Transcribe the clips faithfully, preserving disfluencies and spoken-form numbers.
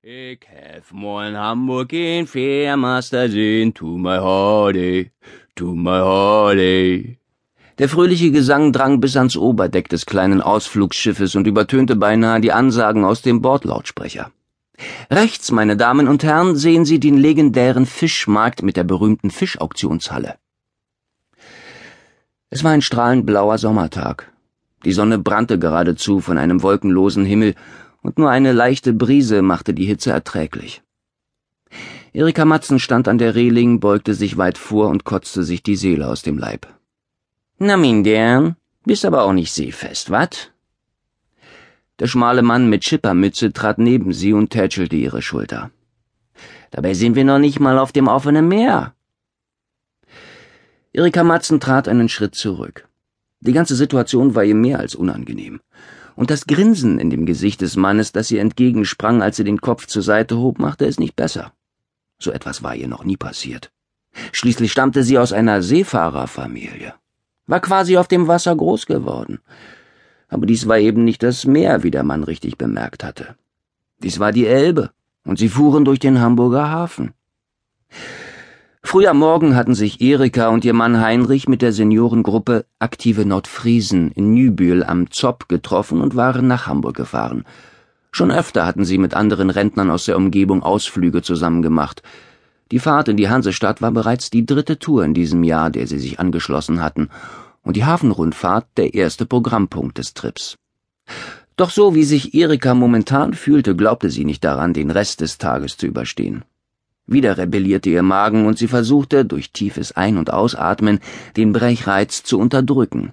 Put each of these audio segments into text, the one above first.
Ich hef mal in Hamburg in Fährmaster sehen, to my holiday, to my holiday. Der fröhliche Gesang drang bis ans Oberdeck des kleinen Ausflugsschiffes und übertönte beinahe die Ansagen aus dem Bordlautsprecher. Rechts, meine Damen und Herren, sehen Sie den legendären Fischmarkt mit der berühmten Fischauktionshalle. Es war ein strahlend blauer Sommertag. Die Sonne brannte geradezu von einem wolkenlosen Himmel, und nur eine leichte Brise machte die Hitze erträglich. Erika Matzen stand an der Reling, beugte sich weit vor und kotzte sich die Seele aus dem Leib. »Na, min Dern, bist aber auch nicht seefest, wat?« Der schmale Mann mit Schippermütze trat neben sie und tätschelte ihre Schulter. »Dabei sind wir noch nicht mal auf dem offenen Meer.« Erika Matzen trat einen Schritt zurück. Die ganze Situation war ihr mehr als unangenehm. Und das Grinsen in dem Gesicht des Mannes, das ihr entgegensprang, als sie den Kopf zur Seite hob, machte es nicht besser. So etwas war ihr noch nie passiert. Schließlich stammte sie aus einer Seefahrerfamilie, war quasi auf dem Wasser groß geworden. Aber dies war eben nicht das Meer, wie der Mann richtig bemerkt hatte. Dies war die Elbe, und sie fuhren durch den Hamburger Hafen. Früh am Morgen hatten sich Erika und ihr Mann Heinrich mit der Seniorengruppe Aktive Nordfriesen in Nübühl am Zopp getroffen und waren nach Hamburg gefahren. Schon öfter hatten sie mit anderen Rentnern aus der Umgebung Ausflüge zusammen gemacht. Die Fahrt in die Hansestadt war bereits die dritte Tour in diesem Jahr, der sie sich angeschlossen hatten, und die Hafenrundfahrt der erste Programmpunkt des Trips. Doch so wie sich Erika momentan fühlte, glaubte sie nicht daran, den Rest des Tages zu überstehen. Wieder rebellierte ihr Magen und sie versuchte, durch tiefes Ein- und Ausatmen, den Brechreiz zu unterdrücken.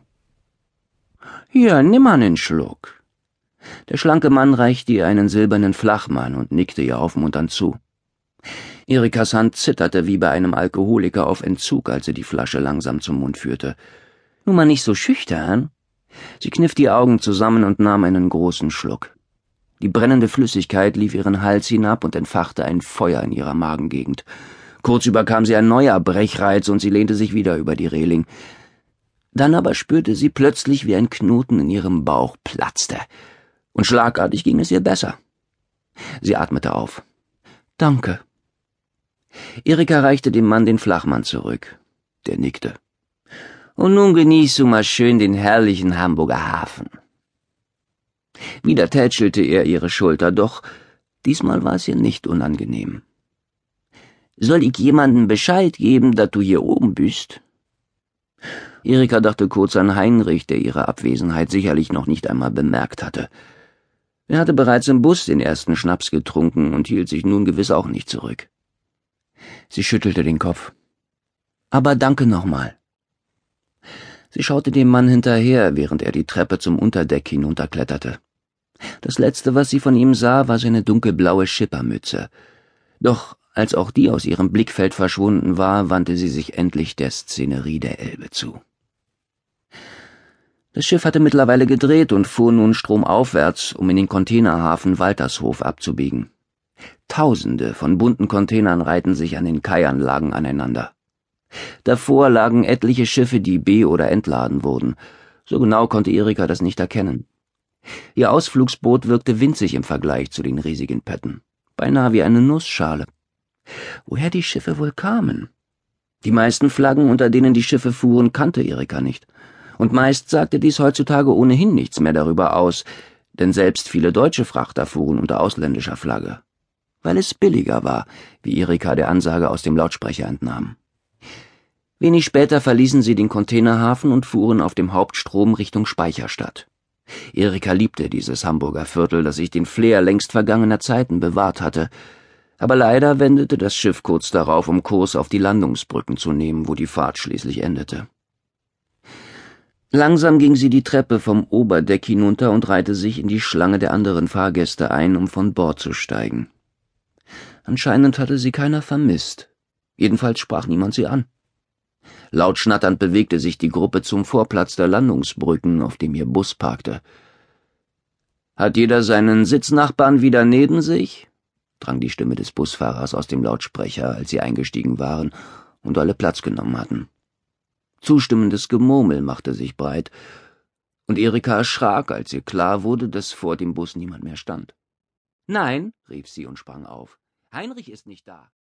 »Hier, nimm mal einen Schluck.« Der schlanke Mann reichte ihr einen silbernen Flachmann und nickte ihr aufmunternd zu. Erikas Hand zitterte wie bei einem Alkoholiker auf Entzug, als sie die Flasche langsam zum Mund führte. »Nun mal nicht so schüchtern.« Sie kniff die Augen zusammen und nahm einen großen Schluck. Die brennende Flüssigkeit lief ihren Hals hinab und entfachte ein Feuer in ihrer Magengegend. Kurz überkam sie ein neuer Brechreiz und sie lehnte sich wieder über die Reling. Dann aber spürte sie plötzlich, wie ein Knoten in ihrem Bauch platzte. Und schlagartig ging es ihr besser. Sie atmete auf. »Danke.« Erika reichte dem Mann den Flachmann zurück. Der nickte. »Und nun genießt du mal schön den herrlichen Hamburger Hafen.« Wieder tätschelte er ihre Schulter, doch diesmal war es ihr nicht unangenehm. »Soll ich jemandem Bescheid geben, dass du hier oben bist?« Erika dachte kurz an Heinrich, der ihre Abwesenheit sicherlich noch nicht einmal bemerkt hatte. Er hatte bereits im Bus den ersten Schnaps getrunken und hielt sich nun gewiss auch nicht zurück. Sie schüttelte den Kopf. »Aber danke nochmal.« Sie schaute dem Mann hinterher, während er die Treppe zum Unterdeck hinunterkletterte. Das Letzte, was sie von ihm sah, war seine dunkelblaue Schippermütze. Doch als auch die aus ihrem Blickfeld verschwunden war, wandte sie sich endlich der Szenerie der Elbe zu. Das Schiff hatte mittlerweile gedreht und fuhr nun stromaufwärts, um in den Containerhafen Waltershof abzubiegen. Tausende von bunten Containern reihten sich an den Kaianlagen aneinander. Davor lagen etliche Schiffe, die be- oder entladen wurden. So genau konnte Erika das nicht erkennen. Ihr Ausflugsboot wirkte winzig im Vergleich zu den riesigen Pötten, beinahe wie eine Nussschale. Woher die Schiffe wohl kamen? Die meisten Flaggen, unter denen die Schiffe fuhren, kannte Erika nicht. Und meist sagte dies heutzutage ohnehin nichts mehr darüber aus, denn selbst viele deutsche Frachter fuhren unter ausländischer Flagge. Weil es billiger war, wie Erika der Ansage aus dem Lautsprecher entnahm. Wenig später verließen sie den Containerhafen und fuhren auf dem Hauptstrom Richtung Speicherstadt. Erika liebte dieses Hamburger Viertel, das sich den Flair längst vergangener Zeiten bewahrt hatte. Aber leider wendete das Schiff kurz darauf, um Kurs auf die Landungsbrücken zu nehmen, wo die Fahrt schließlich endete. Langsam ging sie die Treppe vom Oberdeck hinunter und reihte sich in die Schlange der anderen Fahrgäste ein, um von Bord zu steigen. Anscheinend hatte sie keiner vermisst. Jedenfalls sprach niemand sie an. Laut schnatternd bewegte sich die Gruppe zum Vorplatz der Landungsbrücken, auf dem ihr Bus parkte. »Hat jeder seinen Sitznachbarn wieder neben sich?« drang die Stimme des Busfahrers aus dem Lautsprecher, als sie eingestiegen waren und alle Platz genommen hatten. Zustimmendes Gemurmel machte sich breit, und Erika erschrak, als ihr klar wurde, dass vor dem Bus niemand mehr stand. Nein, rief sie und sprang auf. Heinrich ist nicht da.